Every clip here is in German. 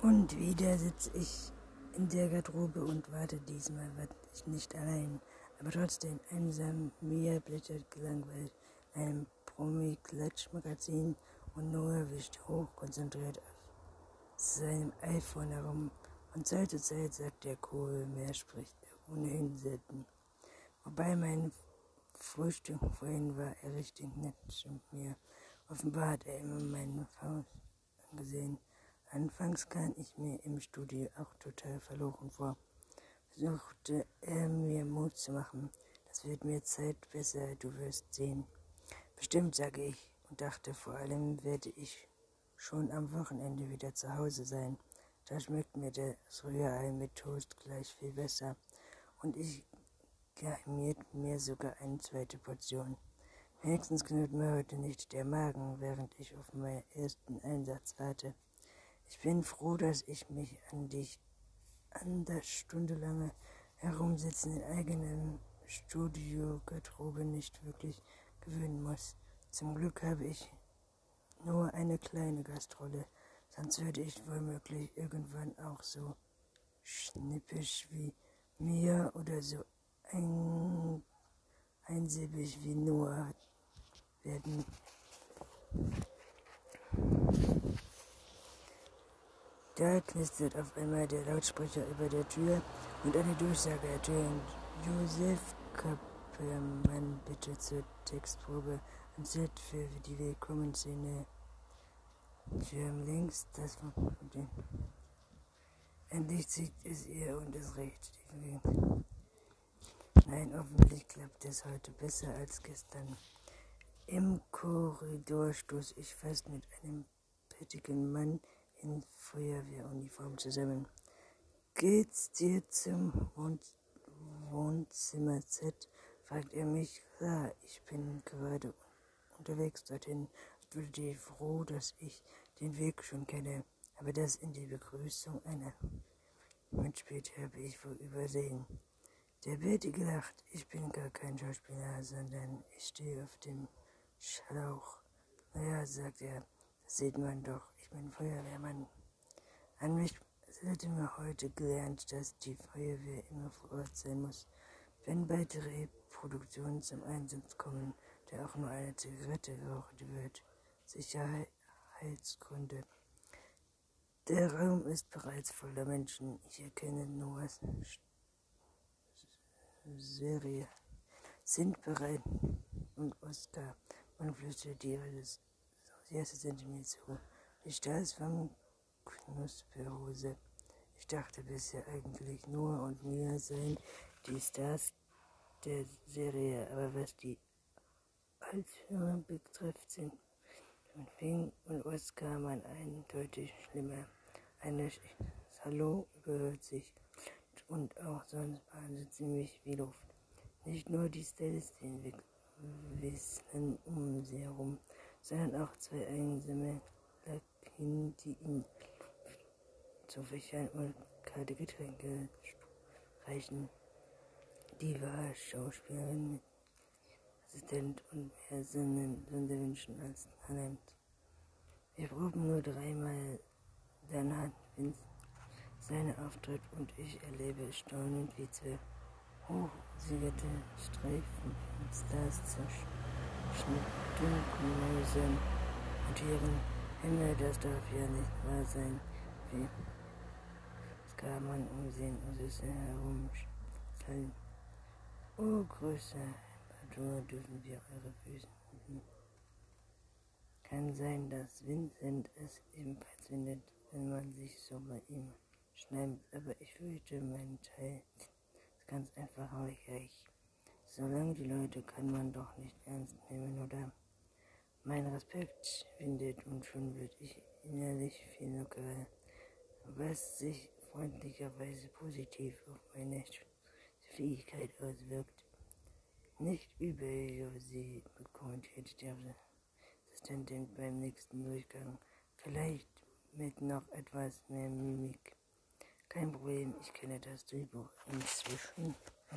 Und wieder sitze ich in der Garderobe und warte. Diesmal war ich nicht allein, aber trotzdem einsam. Mia blättert gelangweilt in einem Promi-Klatsch-Magazin und Noah wischt hochkonzentriert auf seinem iPhone herum. Von Zeit zu Zeit sagt er cool, mehr spricht er ohnehin selten. Wobei mein Frühstück vorhin war er richtig nett zu mir. Offenbar hat er immer meine Faust angesehen. Anfangs kam ich mir im Studio auch total verloren vor. Versuchte er mir Mut zu machen. Das wird mir Zeit besser, du wirst sehen. Bestimmt, sage ich, und dachte, vor allem werde ich schon am Wochenende wieder zu Hause sein. Da schmeckt mir das Rührei mit Toast gleich viel besser. Und ich garnierte mir sogar eine zweite Portion. Wenigstens knurrt mir heute nicht der Magen, während ich auf meinen ersten Einsatz warte. Ich bin froh, dass ich mich an das stundenlange Herumsitzen in eigenem Studio-Garderobe nicht wirklich gewöhnen muss. Zum Glück habe ich nur eine kleine Gastrolle, sonst würde ich womöglich irgendwann auch so schnippisch wie mir oder so einsilbig wie Noah werden. Da knistert auf einmal der Lautsprecher über der Tür und eine Durchsage ertönt. Josef Kappelmann, bitte zur Textprobe am Set für die Willkommensszene. Schirm links, das von den. Endlich zieht es ihr und es recht. Nein, hoffentlich klappt es heute besser als gestern. Im Korridor stoß ich fast mit einem pettigen Mann in Feuerwehruniform zusammen. Geht's dir zum Wohnzimmer Z? Fragt er mich. Klar, ich bin gerade unterwegs dorthin. Ich bin froh, dass ich den Weg schon kenne, aber das in die Begrüßung einer Mitspieler habe ich wohl übersehen. Der Bärtige lacht. Ich bin gar kein Schauspieler, sondern ich stehe auf dem Schlauch. Naja, sagt er, das sieht man doch. Ich bin Feuerwehrmann. An mich hatte mir heute gelernt, dass die Feuerwehr immer vor Ort sein muss, wenn bei Drehproduktionen zum Einsatz kommen, der auch nur eine Zigarette geraucht wird. Sicherheitsgründe. Der Raum ist bereits voller Menschen. Ich erkenne Noahs Serie. Sind bereit und Oscar. Man flüstert die erste sind mir zu. Die Stars vom Knusperhose. Ich dachte bisher eigentlich Noah und Mia seien die Stars der Serie, aber was die Altfirma betrifft, sind Finn und Oscar man eindeutig schlimmer. Eine Hallo überhört sich und auch sonst waren sie ziemlich wie Luft. Nicht nur die Stylistin wissen um sie herum, sondern auch zwei einsame Lackien, die ihn zu Fächern und kalte Getränke reichen. Die war Schauspielerin mit Assistent und mehr Sonderwünschen als Talent. Wir proben nur 3-mal, dann hat Vince seinen Auftritt und ich erlebe staunend, wie zwei hochsigerte Streifen von Stars zwischen Dunkelhäusern und ihren Himmel, das darf ja nicht wahr sein, wie kann man umsehen und es herumschallen. Oh, größer Temperatur dürfen wir eure Füße finden. Kann sein, dass Vincent es ebenfalls findet, wenn man sich so bei ihm schneidet, aber ich fürchte, mein Teil ist ganz einfach lächerlich. Solange die Leute kann man doch nicht ernst nehmen, oder? Mein Respekt findet und schon wird ich innerlich viel lockerer, was sich freundlicherweise positiv auf meine Fähigkeit auswirkt. Nicht übel, sie kommentierte der Assistentin beim nächsten Durchgang. Vielleicht mit noch etwas mehr Mimik. Kein Problem, ich kenne das Drehbuch inzwischen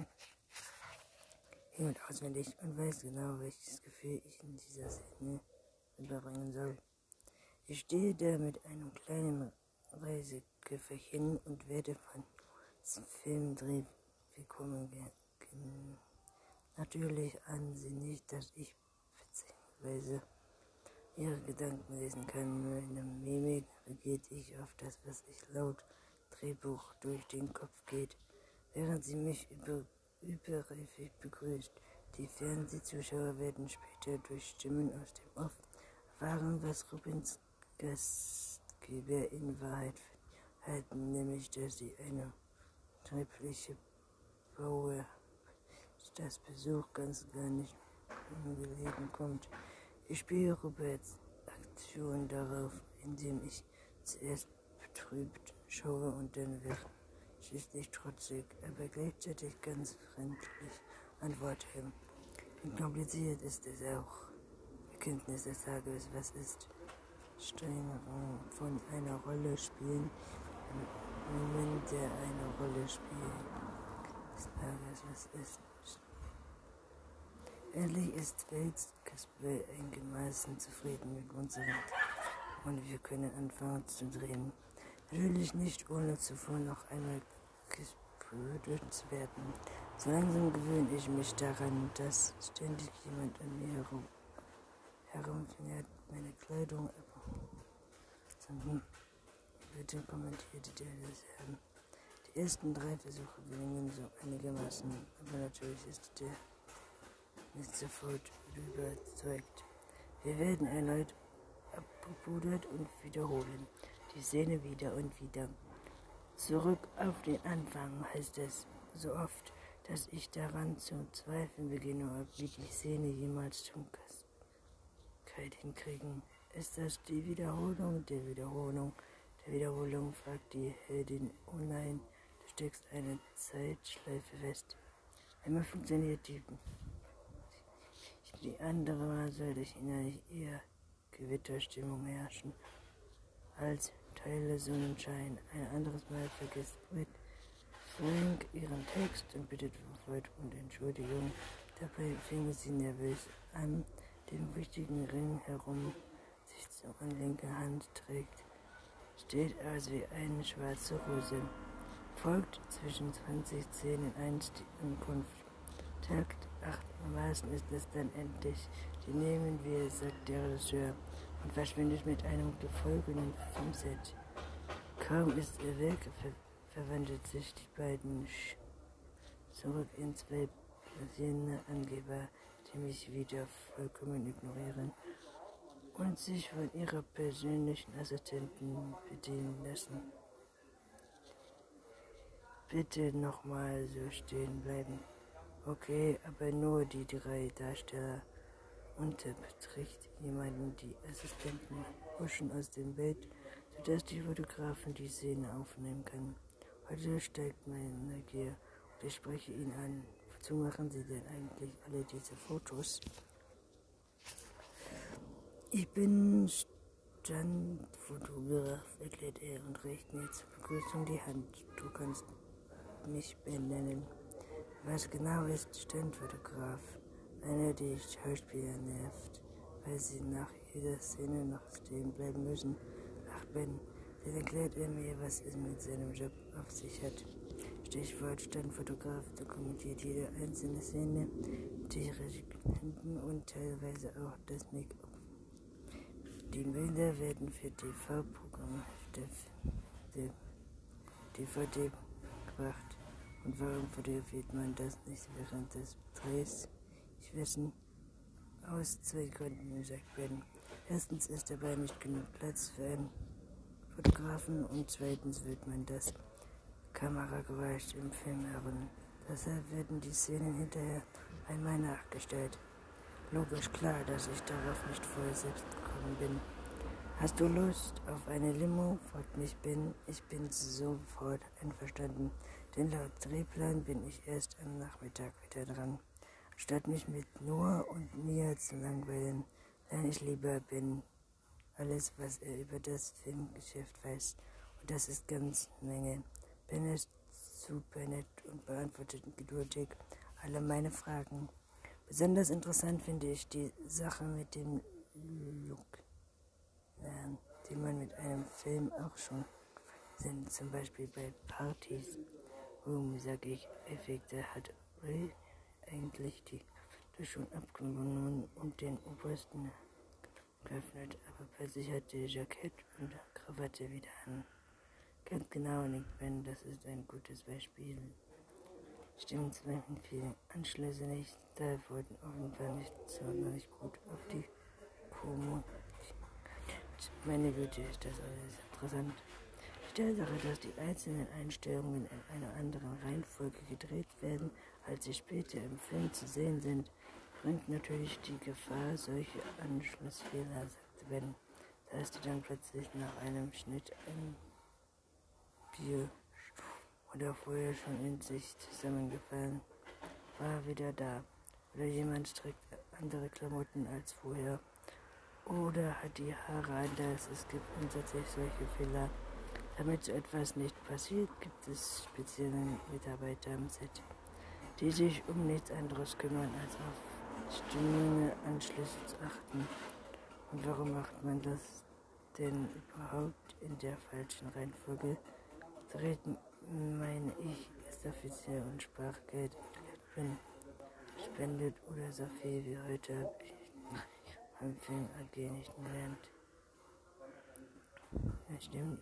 in- und auswendig und weiß genau, welches Gefühl ich in dieser Szene überbringen soll. Ich stehe da mit einem kleinen einfach hin und werde von diesem Filmdreh bekommen. Natürlich ahnen sie nicht, dass ich beziehungsweise ihre Gedanken lesen kann. Meine Mimik reagiert ich auf das, was ich laut Drehbuch durch den Kopf geht, während sie mich überreifig begrüßt. Die Fernsehzuschauer werden später durch Stimmen aus dem Off erfahren, was Robins Gastgeber in Wahrheit halten, nämlich dass sie eine treffliche Bauer, das Besuch ganz gar nicht ungelegen kommt. Ich spiele Roberts Aktion darauf, indem ich zuerst betrübt schaue und dann wird schließlich trotzig, aber gleichzeitig ganz freundlich antworte. Und kompliziert ist es auch. Erkenntnis des Tages, was ist streng von einer Rolle spielen, im Moment der eine Rolle spielt des Tages, was ist. Endlich ist Fates Casper einigermaßen zufrieden mit unserem Tag und wir können anfangen zu drehen. Natürlich nicht, ohne zuvor noch einmal gesprüht zu werden. So langsam gewöhne ich mich daran, dass ständig jemand an mir herumfingert, meine Kleidung ab. Bitte kommentierte der das Herrn. Die ersten 3 Versuche gelingen so einigermaßen, aber natürlich ist der nicht sofort überzeugt. Wir werden erneut abgepudert und wiederholen. Die Szene wieder und wieder. Zurück auf den Anfang heißt es so oft, dass ich daran zu zweifeln beginne, ob wir die Szene jemals zum Kalt hinkriegen. Ist das die Wiederholung der Wiederholung der Wiederholung, fragt die Heldin. Oh nein, du steckst eine Zeitschleife fest. Einmal funktioniert die andere Mal sollte ich innerlich eher Gewitterstimmung herrschen als Teile Sonnenschein. Ein anderes Mal vergisst Frank ihren Text und bittet Freud um Entschuldigung. Dabei fing sie nervös an, den wichtigen Ring herum, sich so an linker Hand trägt. Steht also wie eine schwarze Rose. Folgt zwischen 20 Szenen 1 die Ankunft. Takt 8 am meisten ist es dann endlich. Die nehmen wir, sagt der Regisseur und verschwindet mit einem gefolgenen Filmset. Kaum ist er weg, verwandelt sich die beiden zurück in 2 basierende Angeber, die mich wieder vollkommen ignorieren und sich von ihrer persönlichen Assistenten bedienen lassen. Bitte nochmal so stehen bleiben. Okay, aber nur die 3 Darsteller. Unterbricht jemanden die Assistenten huschen aus dem Bild, sodass die Fotografen die Szene aufnehmen können. Heute steigt meine Neugier und ich spreche ihn an. Wozu machen Sie denn eigentlich alle diese Fotos? Ich bin Standfotograf, erklärt er und reicht mir zur Begrüßung die Hand. Du kannst mich Ben nennen. Was genau ist Standfotograf? Einer, die Schauspieler nervt, weil sie nach jeder Szene noch stehen bleiben müssen. Ach Ben, dann erklärt er mir, was es mit seinem Job auf sich hat. Stichwort Standfotograf dokumentiert jede einzelne Szene, die Regienten und teilweise auch das Make-up. Die Bilder werden für TV-Programme der DVD gebracht. Und warum fotografiert man das nicht während des Drehs? Ich wissen, aus 2 Gründen, sagt Ben. Erstens ist dabei nicht genug Platz für einen Fotografen und zweitens wird man das Kamerageräusch im Film hören. Deshalb werden die Szenen hinterher einmal nachgestellt. Logisch klar, dass ich darauf nicht vorher selbst gekommen bin. Hast du Lust auf eine Limo? Fragt mich Ben. Ich bin sofort einverstanden, denn laut Drehplan bin ich erst am Nachmittag wieder dran. Statt mich mit Noah und Mia zu langweilen, lerne ich lieber Ben alles, was er über das Filmgeschäft weiß. Und das ist ganz Menge. Ben ist super nett und beantwortet geduldig alle meine Fragen. Besonders interessant finde ich die Sache mit dem Look, die man mit einem Film auch schon sind zum Beispiel bei Partys, wo Musik-Effekte hat Ray eigentlich die Karte schon abgenommen und den obersten geöffnet, aber plötzlich hat die Jackett und Krawatte wieder an. Ganz genau, nickt Ben, das ist ein gutes Beispiel. Stimmt zwar in vielen Anschlüsse nicht, da wurden offenbar nicht sonderlich gut auf die Kommunikation. Meine Güte, ist das alles interessant. Die Tatsache, dass die einzelnen Einstellungen in einer anderen Reihenfolge gedreht werden, als sie später im Film zu sehen sind, bringt natürlich die Gefahr solche Anschlussfehler, sagte Ben. Da ist dann plötzlich nach einem Schnitt ein Bier oder vorher schon in sich zusammengefallen, war wieder da. Oder jemand trägt andere Klamotten als vorher. Oder hat die Haare anders. Es gibt grundsätzlich solche Fehler. Damit so etwas nicht passiert, gibt es spezielle Mitarbeiter am Set, die sich um nichts anderes kümmern, als auf Stimmenanschlüsse zu achten. Und warum macht man das denn überhaupt in der falschen Reihenfolge? Treten, meine ich, ist offiziell und Sprachgeld bin spendet oder so viel wie heute habe ich beim Film AG nicht gelernt. Ja, stimmt.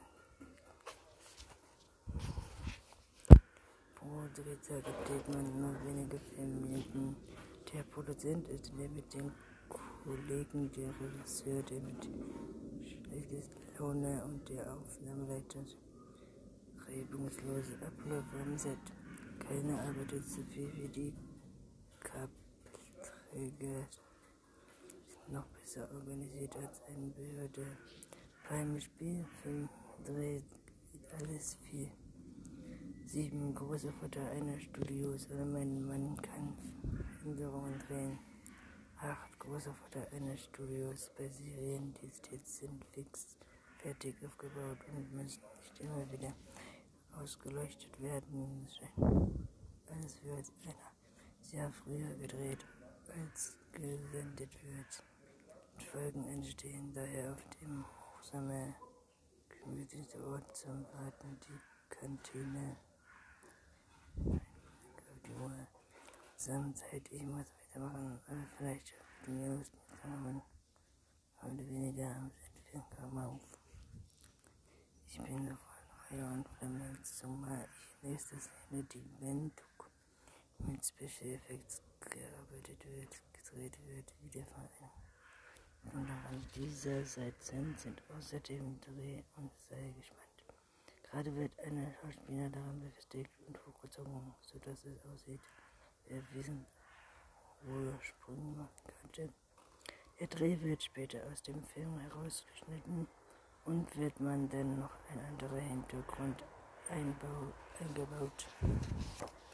Pro Drehzeit updatet man nur wenige Filmminuten. Der Produzent ist der mit dem Kollegen, der Regisseur, der mit schlechtester Laune und der Aufnahmeleiter reibungslose Ablauf am Set. Keiner arbeitet so viel wie die Kabelträger, sind noch besser organisiert als eine Behörde. Beim Spielfilmdreh geht alles viel. 7 große Vorteile einer Studios, aber mein Mann kann Veränderungen drehen. 8 große Vorteile einer Studios bei Serien, die stets sind fix fertig aufgebaut und müssen nicht immer wieder ausgeleuchtet werden. Alles wird einer sehr früher gedreht, als gesendet wird. Und Folgen entstehen daher auf dem hochsame, gemütliche Ort zum Warten, die Kantine. Auf die Uhr. Zeit, ich muss weitermachen, aber vielleicht schafft mir Lust mit Klammern. Heute weniger am Set, komm auf. Ich bin sofort Feuer und Flamme als zumal ich nächste Szene die Wendung mit Special Effects gearbeitet wird, gedreht wird, wie der Verein. Und an dieser Seite sind außerdem Dreh und sei gespannt. Gerade wird eine Schauspieler daran befestigt und hochgezogen, sodass es aussieht, wer wissen hohe Sprünge machen könnte. Der Dreh wird später aus dem Film herausgeschnitten und wird man dann noch ein anderer Hintergrund eingebaut.